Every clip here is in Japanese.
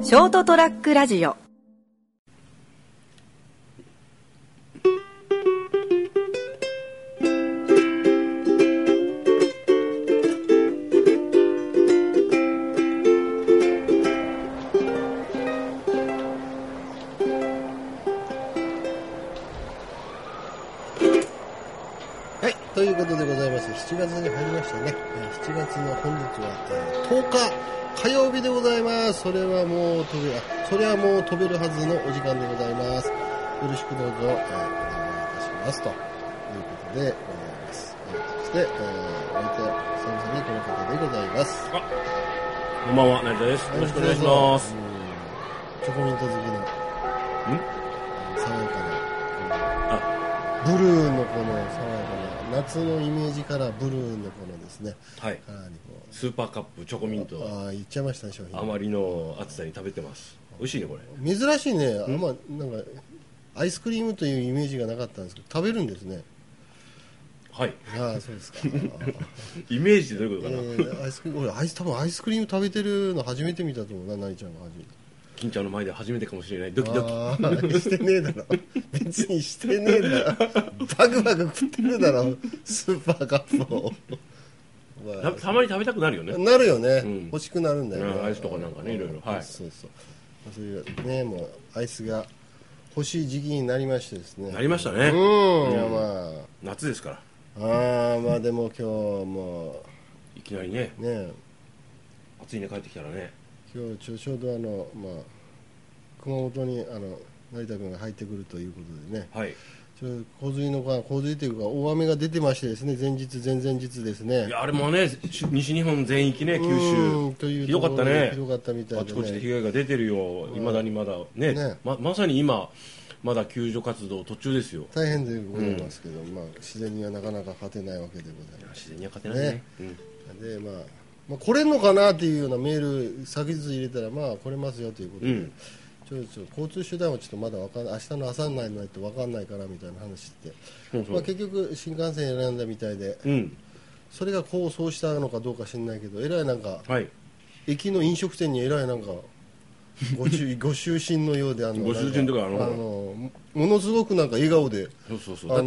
ショートトラックラジオ。 はい、ということでございまして、7月に入りましたね。7月の本日は10日火曜日でございます。それはもう飛べるはずのお時間でございます。よろしくどうぞ、お願いいたしますということでございます。そして、お相手は久々にこの方でございます。 こんばんは、成田です。よろしくお願いします。 チョコミント好きの爽やかな、ブルーのこの爽やかな夏のイメージからブルーのこのですね、 はい、 かなりこうスーパーカップチョコミント、 言っちゃいましたね、商品あまりの暑さに食べてます。美味しいね、これ。 珍しいね。なんかアイスクリームというイメージがなかったんですけど、食べるんですね。 はい。 ああ、そうですか。 イメージってどういうことかな。 俺多分アイスクリーム食べてるの初めて見たと思うな、なにちゃんが初めて。 金ちゃんの前で初めてかもしれない。ドキドキ。 してねえだろ。別にしてねえだろ。バクバク食ってるだろ、スーパーカップを。 たまに食べたくなるよね。 なるよね、欲しくなるんだよね、 アイスとかなんかね、いろいろ。はい。 そういうね、もうアイスが欲しい時期になりましてですね。 なりましたね。 いや、まあ夏ですから。 まあでも今日もいきなりね、暑いね、帰ってきたらね。 今日ちょうど熊本に成田君が入ってくるということでね、 はい、 洪水というか大雨が出てましてですね、前日前々日ですね。 いや、あれもね、西日本全域ね、九州ひどかったね。 ひどかったみたいで、ね、 あちこちで被害が出てるよ。いまだにまだね、まさに今まだ救助活動途中ですよ。 大変でございますけど、自然にはなかなか勝てないわけでございます。 自然には勝てないね。 で来れんのかなっていうようなメール昨日入れたら、来れますよということで、交通手段はちょっとまだ分かんない、明日の朝にならないと分かんないからみたいな話って、結局新幹線選んだみたいで、それがそうしたのかどうか知らないけど、えらいなんか、駅の飲食店にえらいなんかご就寝のようで、 ご就寝とかものすごくなんか笑顔で、 だって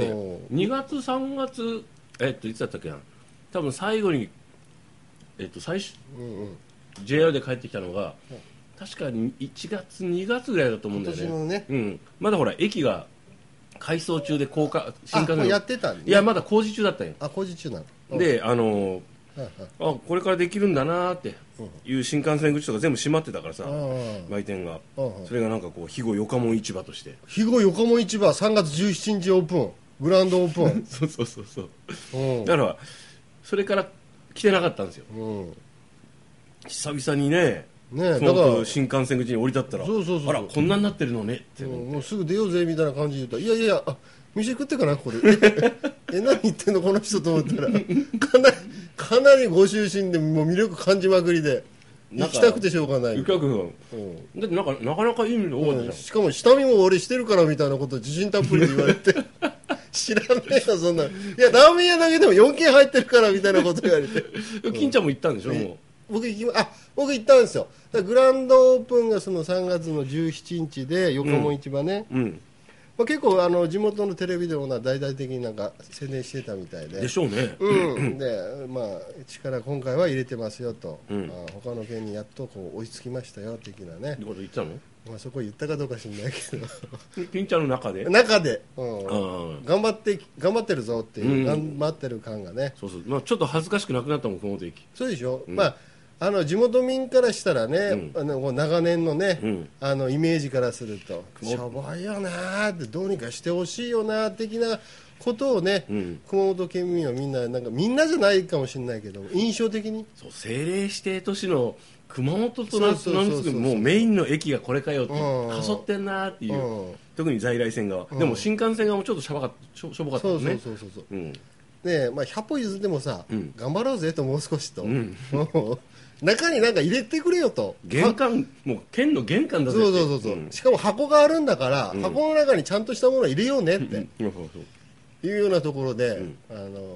2月3月いつだったっけな、多分最後に最初、JR で帰ってきたのが、確かに1月2月ぐらいだと思うんだよね。 今年のね、 まだほら駅が改装中で新幹線やってたんで、 いやまだ工事中だったんよ。 工事中なのでこれからできるんだなっていう新幹線口とか全部閉まってたからさ、売店が、それがなんかこう肥後よかもん市場として、 肥後よかもん市場3月17日オープン、グランドオープンそうだからそれから来てなかったんですよ。久々にね、だから新幹線口に降り立ったら、あらこんなになってるのねって、 もうすぐ出ようぜみたいな感じで言ったら、いや店食ってかなこれ何言ってんのこの人と思ったらかなりご就寝でもう魅力感じまくりで行きたくてしょうがない。 だってなかなかいいの多かったじゃん。 しかも下見も俺してるからみたいなことを自信たっぷりで言われて知らねえよそんな、いやラーメン屋だけでも4軒入ってるからみたいなこと言われて金ちゃんも行ったんでしょ。もう僕行ったんですよ。グランドオープンがその3月の17日で横浜市場ね、結構地元のテレビでも大々的になんか宣伝してたみたいで。 でしょうね。 で力今回は入れてますよと、他の県にやっと追いつきましたよ的なね。 ってこと言ってたの？ そこ言ったかどうか知んないけど金ちゃんの中で頑張ってるぞっていう、頑張ってる感がね。 ちょっと恥ずかしくなくなったもん、熊本駅。 そうでしょ。地元民からしたらね、長年のね、イメージからするとしょぼいよなーって、どうにかしてほしいよなー的なことをね、熊本県民はみんなじゃないかもしれないけど印象的に政令指定都市の熊本となんですけど、もうメインの駅がこれかよってかそってんなーっていう、特に在来線側でも新幹線側もちょっとしょぼかったもんね。 で100歩譲ってもさ、頑張ろうぜともう少しと、中になんか入れてくれよと。 もう県の玄関だぜって。 しかも箱があるんだから、箱の中にちゃんとしたものを入れようねっていうようなところで、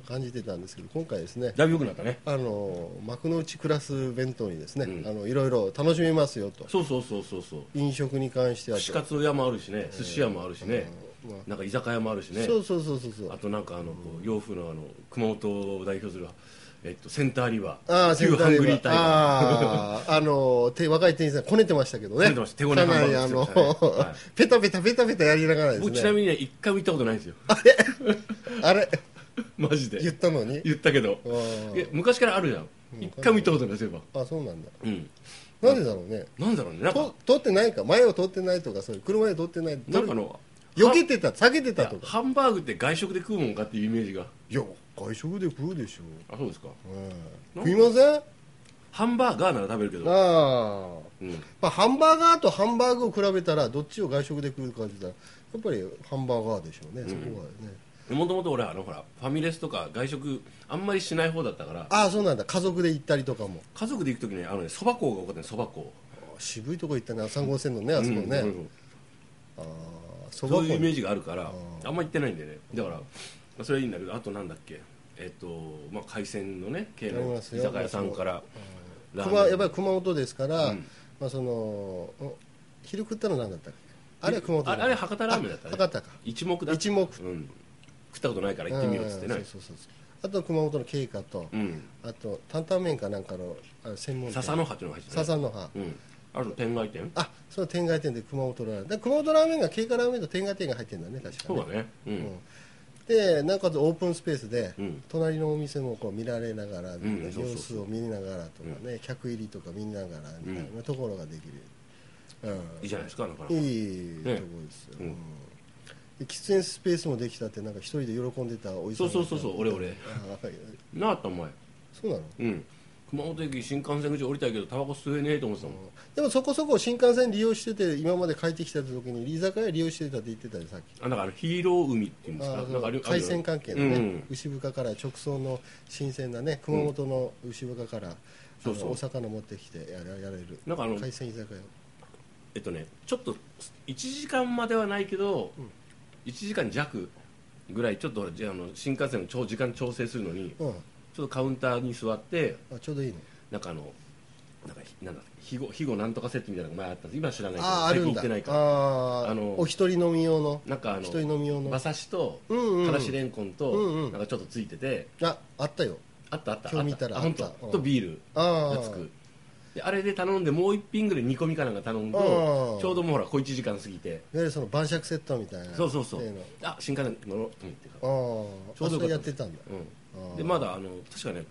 感じてたんですけど、今回ですね、 だいぶ良くなったね。 幕の内クラス弁当にですね、 うんいろいろ楽しめますよと。 そうそうそうそうそう。 飲食に関しては串カツ屋もあるしね、寿司屋もあるしね、 まあなんか居酒屋もあるしね。 そうそうそうそうそう。 あとなんかこう洋風の熊本を代表するセンターリバあー、 あ、 旧ハングリータイガー。 ああ、若い店員さんこねてましたけどね。 こねてました手ごねハンバーグかなりしてましたねはいペタペタペタペタやりながらです僕ね。 ちなみにね、一回も行ったことないんですよ。 あれマジで。 言ったのに。 言ったけど。昔からあるじゃん。一回も行ったことない、そういえば。 あ、そうなんだ。 うん。 なんでだろうね。 なんだろうね。なんか、 通ってないか、前を通ってないとか、そういう車で通ってない。 なんか避けてた、避けてたとか。 ハンバーグって外食で食うもんかっていうイメージが。 いや、外食で食うでしょ。 あ、そうですか。 食いません？ ハンバーガーなら食べるけど。 ああ。 うん。 まあ、ハンバーガーとハンバーグを比べたらどっちを外食で食うかって言ったらやっぱりハンバーガーでしょうね、そこはね。 もともと俺ほらファミレスとか外食あんまりしない方だったから。 ああ、そうなんだ。家族で行ったりとかも。 家族で行く時にそば粉が多かったね、そば粉。 渋いとこ行ったね、3号線のね、あそこね。ああ、 そういうイメージがあるからあんま行ってないんでね。だからそれはいいんだけど、あとなんだっけ、まあ海鮮のね系の居酒屋さんからやっぱり熊本ですから、まあ昼食ったの何だったっけ。あれは熊本。 あれ博多ラーメンだったね。 博多か。 一目だ。 一目。 食ったことないから行ってみようっつってね。 そうそうそう。あと熊本の経過と、あと担々麺かなんかの専門店。 笹の葉っていうのが入ってたね。 笹の葉。 あと天外店。 あ、その天外店で熊本ラーメン。熊本ラーメンが経過ラーメンと天外店が入ってるんだね、確かそうだね。 で、なおかつオープンスペースで、 うん、 隣のお店もこう見られながら、 うん、 様子を見ながらとかね、客入りとか見ながらみたいなところができる、 いいじゃないですか、なかなかいいところですよ、で喫煙スペースもできたって、なんか一人で喜んでたおじさん、 そう俺なあったお前。 そうなの。 熊本駅新幹線口降りたいけどタバコ吸えねえと思ってたもん。 でもそこそこ新幹線利用してて、今まで帰ってきた時に居酒屋利用してたって言ってたよ、さっき。 だからヒーロー海っていうんですか、なんか海鮮関係のね、牛深から直送の新鮮なね、熊本の牛深からお魚持ってきてやれるなんか海鮮居酒屋。 ちょっと1時間まではないけど、1時間弱ぐらいちょっと新幹線の時間調整するのに、ちょっとカウンターに座って、 ちょうどいいの。 なんか肥後なんとかセットみたいなのが前あったんです。今知らないけどあるんだ。 最近行ってないから。 お一人飲み用の。 なんか一人飲み用の馬刺しとからしれんこんとなんかちょっとついてて、 あったよ。 あった今日見たら本当とビールがつく。であれで頼んでもう一品ぐらい煮込みかなんか頼むとちょうどもうほら小1時間過ぎて、いわゆるその晩酌セットみたいな。 そう新幹線乗ろうと思ってちょうどやってたんだ。 でまだ確かね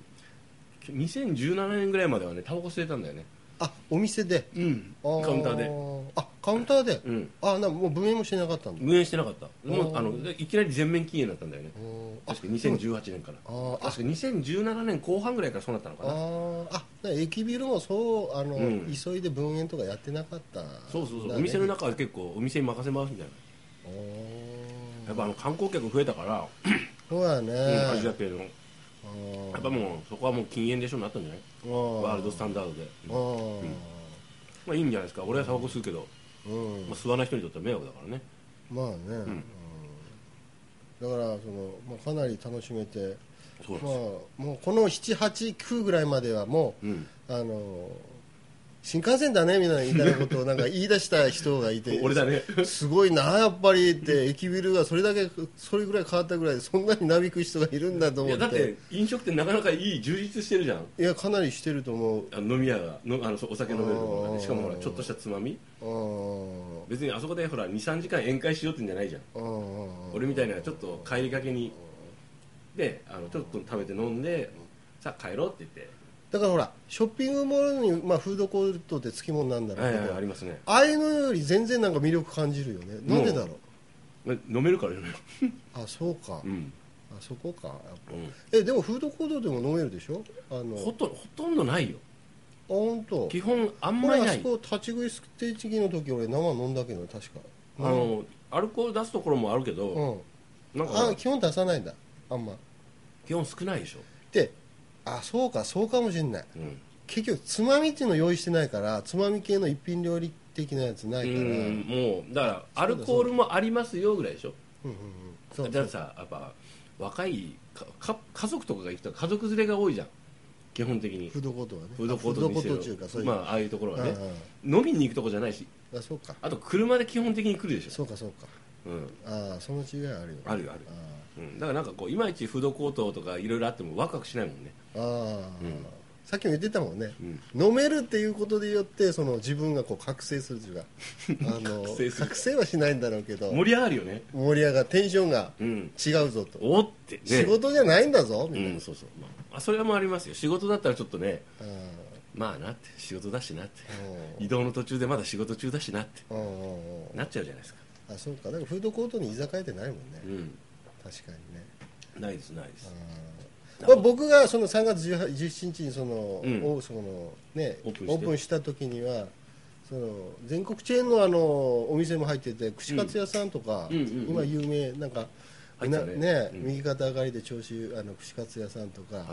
2017年ぐらいまではねタバコ吸えたんだよね。 お店で、 カウンターで。 カウンターで、もう分煙もしてなかったんだ。 分煙してなかった。もういきなり全面禁煙だったんだよね。確か2018年から確か2017年後半ぐらいからそうなったのかな。 駅ビルもそう急いで分煙とかやってなかった。 そうお店の中は結構お店に任せますみたいな。やっぱ観光客増えたからそうやね、 アジア系のやっぱもうそこはもう禁煙でしょになったんじゃない、ワールドスタンダードで。まあいいんじゃないですか。俺はタバコ吸うけど、吸わない人にとっては迷惑だからね。 まあね、だからかなり楽しめて、もうこの7、8、9ぐらいまではもう、新幹線だねみたいなことをなんか言い出した人がいて俺だねすごいなやっぱりって駅ビルがそれぐらい変わったぐらいでそんなになびく人がいるんだと思って。 いやだって飲食店なかなかいい充実してるじゃん。 いやかなりしてると思う。 飲み屋がお酒飲めるところがね、しかもほらちょっとしたつまみ、別にあそこでほら 2,3 時間宴会しようってんじゃないじゃん。俺みたいなちょっと帰りがけにでちょっと食べて飲んでさあ帰ろうって言って。 だからほらショッピングモールに、フードコートってつきものなんだろうけど、 ありますね。 ああいうのより全然なんか魅力感じるよね。なんでだろう。飲めるからよねそうか、そこかやっぱ、 でもフードコートでも飲めるでしょ。 ほとんどないよ。 本当。 基本あんまりない。 あそこ立ち食いステーキの時俺生飲んだけど確かアルコール出すところもあるけど、 なんか基本出さないんだ。あんま基本少ないでしょ。 でそうかもしれない、結局つまみっていうの用意してないからつまみ系の一品料理的なやつないから、 もうだからアルコールもありますよぐらいでしょ。 だからさやっぱ若い家族とかが行くと家族連れが多いじゃん基本的に。 フードコートはね。 フードコートにせよ中かそういう、 まあああいうところはね、 うん飲みに行くとこじゃないし、 あそうか。 あと車で基本的に来るでしょ。 そうかそうか。ああその違いあるよね。 あるよある、だからなんかこういまいちフードコートとかいろいろあってもワクワクしないもんね。 さっきも言ってたもんね、飲めるっていうことでよってその自分がこう覚醒するというか覚醒はしないんだろうけど盛り上がるよね。 盛り上がるテンションが違うぞと、 おってね、 仕事じゃないんだぞみたいな、 そうそう、それはもありますよ。仕事だったらちょっとね、まあなって仕事だしなって移動の途中でまだ仕事中だしなってなっちゃうじゃないですか。 あそうか。だからフードコートに居酒屋ってないもんね、確かにね。 ないですないです。 僕がその3月17日にその、オープンした時にはその全国チェーンのお店も入ってて串カツ屋さんとか、今有名なんか右肩上がりで調子串カツ屋さんとか、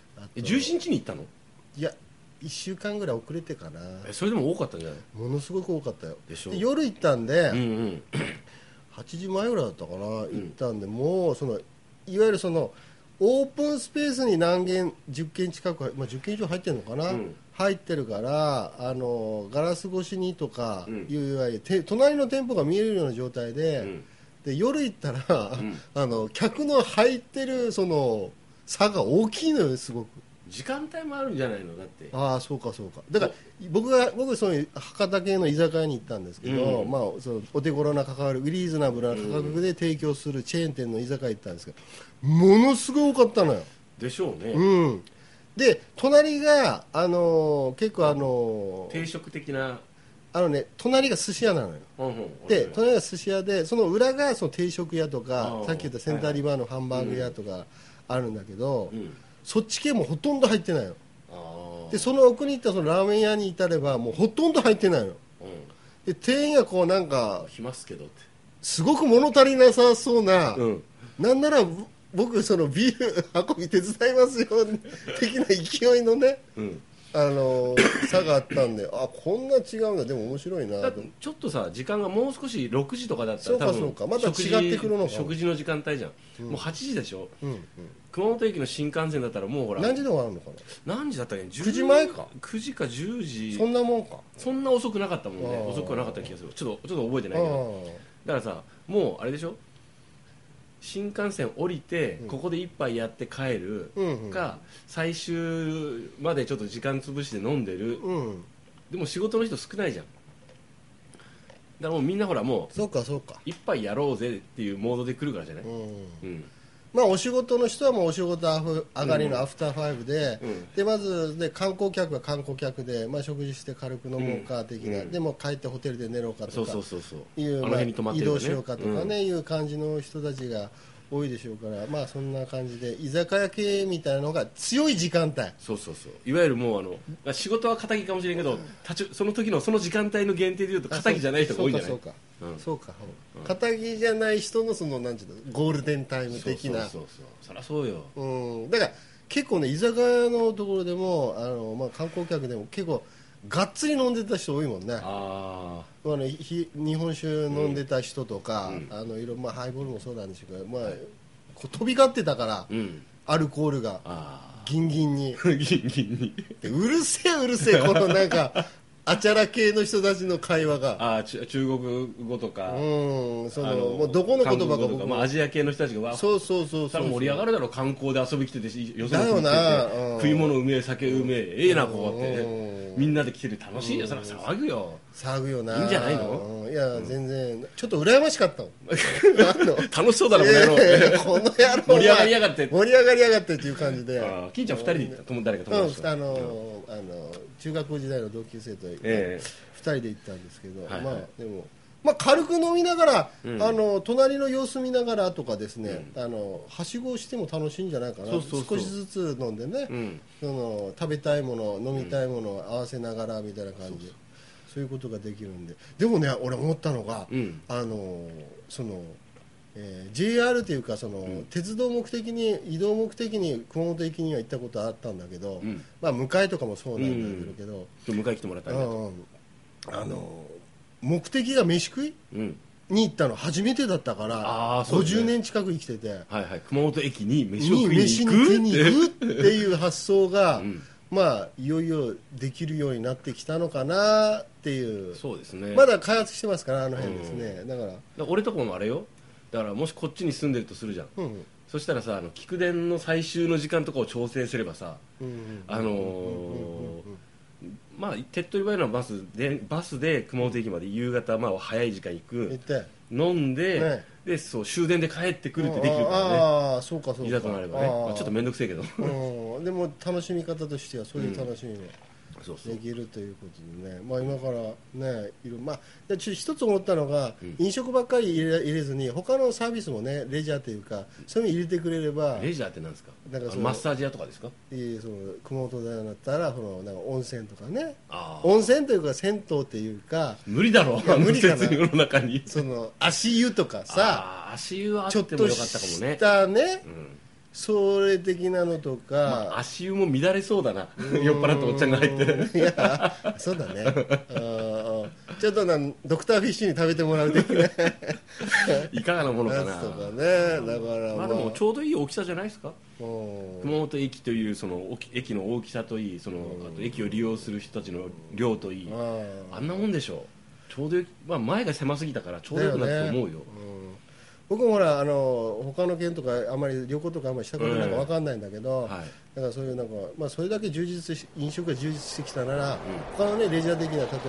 17日に行ったの？ いや1週間ぐらい遅れてかな。 それでも多かったんじゃない？ ものすごく多かったよ。 でしょ。 で夜行ったんで、8時前ぐらいだったかな、行ったんで、もうそのいわゆるそのオープンスペースに何軒10軒近く、10軒以上入ってるのかな、入ってるからガラス越しにとかいう、いわゆる隣の店舗が見えるような状態で、で夜行ったら、客の入ってるその差が大きいのよ。すごく時間帯もあるんじゃないの？だってああそうかそうか。だから僕そういう博多系の居酒屋に行ったんですけど、そのお手頃な価格、リーズナブルな価格で提供するチェーン店の居酒屋行ったんですけど、ものすごい多かったのよ。 でしょうね。 で隣が結構定食的な隣が寿司屋なのよ。で隣が寿司屋でその裏がその定食屋とか、さっき言ったセンターリバーのハンバーグ屋とかあるんだけど、そっち系もほとんど入ってないの。でその奥に行ったそのラーメン屋に至ればもうほとんど入ってないの。で店員がこうなんか来ますけどってすごく物足りなさそうな、なんなら僕そのビール運び手伝いますよ的な勢いのね、差があったんで、こんな違うんだ。でも面白いなと。 ちょっとさ時間がもう少し6時とかだったらそうかまた違ってくるのか。 食事の時間帯じゃん、もう8時でしょ、熊本駅の新幹線だったらもうほら何時で終わるのかな。 何時だったっけ 9時前か 9時か10時、 そんなもんか。 そんな遅くなかったもんね。遅くはなかった気がする。ちょっと覚えてないけど、だからさもうあれでしょ、新幹線降りてここで一杯やって帰るか、最終までちょっと時間潰して飲んでる、でも仕事の人少ないじゃん。だからもうみんなほらもうそうか一杯やろうぜっていうモードで来るからじゃない。 まあお仕事の人はもうお仕事上がりのアフターファイブで、でまずで観光客は観光客で、食事して軽く飲もうか的な、でも帰ってホテルで寝ろうかとかいう移動しようかとかね、いう感じの人たちが多いでしょうから、そんな感じで居酒屋系みたいなのが強い時間帯。 そういわゆるもう仕事は肩着かもしれんけど、その時のその時間帯の限定でいうと肩着じゃない人が多いんじゃない。そうか肩着じゃない人のそのなんていうのゴールデンタイム的な。 そりゃそうよ。 だから結構ね居酒屋のところでも観光客でも結構がっつり飲んでた人多いもんね。日本酒飲んでた人とか、いろハイボールもそうなんですけど、こう飛び交ってたから、アルコールがギンギンにでうるせえこのなんかあちゃら系の人たちの会話が中国語とか、 もうどこの言葉か僕もアジア系の人たちがそう盛り上がるだろう。観光で遊び来ててよそだよな、 食い物うめえ酒うめえなこうってみんなで来てる楽しいよ。それは騒ぐよな。いいんじゃないの。 いや全然ちょっと羨ましかったもん楽しそうだろこの野郎この野郎盛り上がりやがってっていう感じで。 金ちゃん2人で行った誰か友達と中学校時代の同級生と2人で行ったんですけど、でも軽く飲みながら、隣の様子見ながらとかですね、はしごしても楽しいんじゃないかな。少しずつ飲んでね、食べたいもの飲みたいものを合わせながらみたいな感じで、そういうことができるんで。でもね俺思ったのが、JR というか鉄道目的に移動目的に熊本駅には行ったことあったんだけど、迎えとかもそうなんだけど、 迎え来てもらったんだ目的が飯食い、 に行ったの初めてだったから、 そうですね、 50年近く生きてて、 はいはい、熊本駅に飯を食いに行くっていう発想が、まあいよいよできるようになってきたのかなっていう。 そうですね、 まだ開発してますから、あの辺ですね。だから俺とこもあれよ、だからもしこっちに住んでるとするじゃん、そしたらさ、菊電の最終の時間とかを調整すればさ、まあ手っ取り早いのはバスで熊本駅まで夕方、まあ早い時間行く、飲んで、ね、でそう終電で帰ってくるってできるからね。 ああ、そうかそうか。 いざとなればね、まあ、ちょっと面倒くせえけどでも楽しみ方としてはそういう楽しみもできるということでね、まあ、今からねまあ、一つ思ったのが、飲食ばっかり入れずに他のサービスもね、レジャーというかそういうの入れてくれれば。 レジャーって何ですか？マッサージ屋とかですか？ その熊本だったらなんか温泉とかね、温泉というか銭湯っていうか、 無理だろう、 無理かな、 の中に足湯とかさ、 足湯はあってもよかったかもね、 ちょっとしたね、それ的なのとか、 まあ、足湯も乱れそうだな、酔っ払ったおっちゃんが入っていやそうだねちょっとドクターフィッシュに食べてもらう的ないかがなものかなとかね。だから、 まあでもちょうどいい大きさじゃないですか。熊本駅というその駅の大きさといい、あと駅を利用する人たちの量といい、あんなもんでしょう。ちょうどいい、まあ、前が狭すぎたからちょうどよくなったと思うよ。 僕もほら他の県とかあんまり旅行とかあんまりしたことないか分かんないんだけど、だからそういうなんか、まあ、それだけ飲食が充実してきたなら、他のねレジャー的な、例えば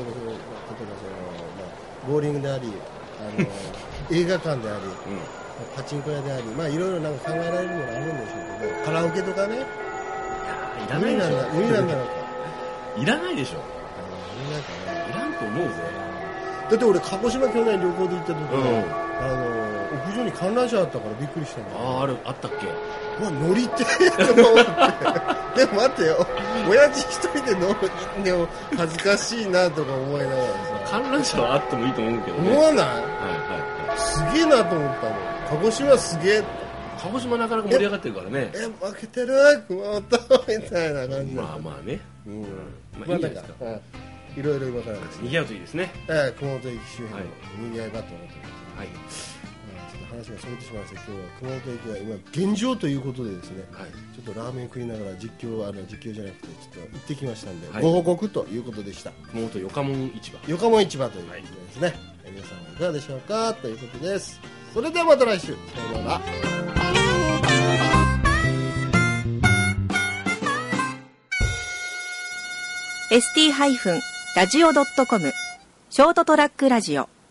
ボーリングであり映画館であり、パチンコ屋であり、まあいろいろなんか考えられるものがあるんでしょうけど、カラオケとかね、 いらないでしょ。 無理なんだろうか。 いらないでしょ。いらんと思うぜ。 だって俺鹿児島去年旅行で行った時に、屋上に観覧車あったからびっくりしたんだよ。 あったっけ。 乗りてーと思ってでも待ってよ、親父一人で乗るでも恥ずかしいなとか思いながらさ。 観覧車はあってもいいと思うけどね。 思わない？すげえなと思ったの。鹿児島すげえ。 鹿児島なかなか盛り上がってるからね。 負けてる熊本みたいな感じで。 まあね、まあいいんじゃないですか。 いろいろ今からですね、 賑わうといいですね。 熊本駅周辺の賑わいがと思ってます。ちょっと話がそれてしまいました。今日は熊本駅は今現状ということでですね、ちょっとラーメン食いながら実況じゃなくてちょっと行ってきましたんで、ご報告ということでした。 熊本よかもん市場。 よかもん市場ということですね。皆さんはいかがでしょうかということです。それではまた来週。さようなら。 ST-radio.com ショートトラックラジオ